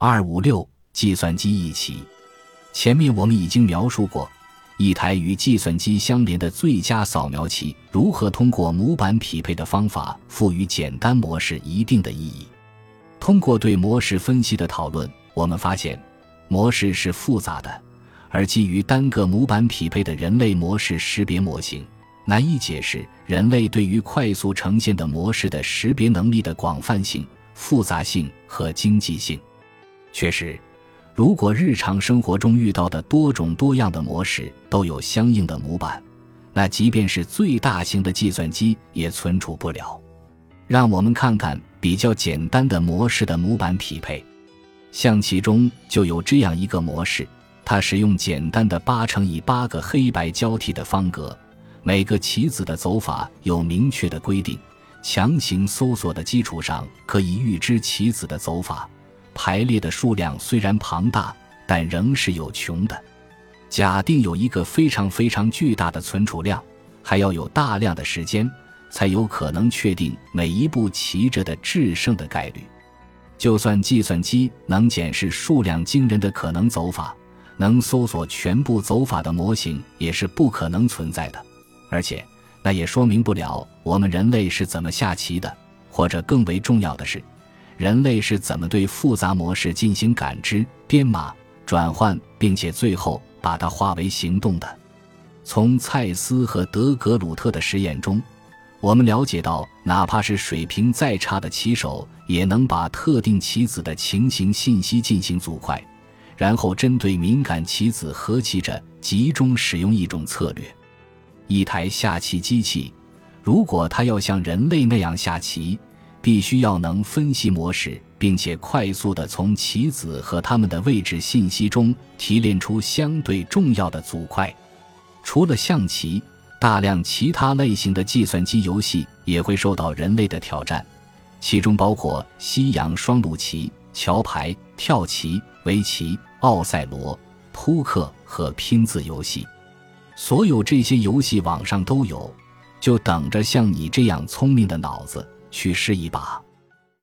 256计算机一起。前面我们已经描述过，一台与计算机相连的最佳扫描器如何通过模板匹配的方法赋予简单模式一定的意义。通过对模式分析的讨论，我们发现模式是复杂的，而基于单个模板匹配的人类模式识别模型难以解释人类对于快速呈现的模式的识别能力的广泛性、复杂性和经济性。确实，如果日常生活中遇到的多种多样的模式都有相应的模板，那即便是最大型的计算机也存储不了。让我们看看比较简单的模式的模板匹配。象棋中就有这样一个模式，它使用简单的8×8个黑白交替的方格，每个棋子的走法有明确的规定，强行搜索的基础上可以预知棋子的走法，排列的数量虽然庞大，但仍是有穷的。假定有一个非常巨大的存储量，还要有大量的时间，才有可能确定每一步棋着的制胜的概率。就算计算机能检视数量惊人的可能走法，能搜索全部走法的模型也是不可能存在的。而且那也说明不了我们人类是怎么下棋的，或者更为重要的是，人类是怎么对复杂模式进行感知、编码、转换，并且最后把它化为行动的。从蔡司和德格鲁特的实验中，我们了解到哪怕是水平再差的棋手也能把特定棋子的情形信息进行组块，然后针对敏感棋子和棋者集中使用一种策略。一台下棋机器如果它要像人类那样下棋，必须要能分析模式，并且快速地从棋子和它们的位置信息中提炼出相对重要的组块。除了象棋，大量其他类型的计算机游戏也会受到人类的挑战，其中包括西洋双陆棋、桥牌、跳棋、围棋、奥赛罗、扑克和拼字游戏。所有这些游戏网上都有，就等着像你这样聪明的脑子去试一把。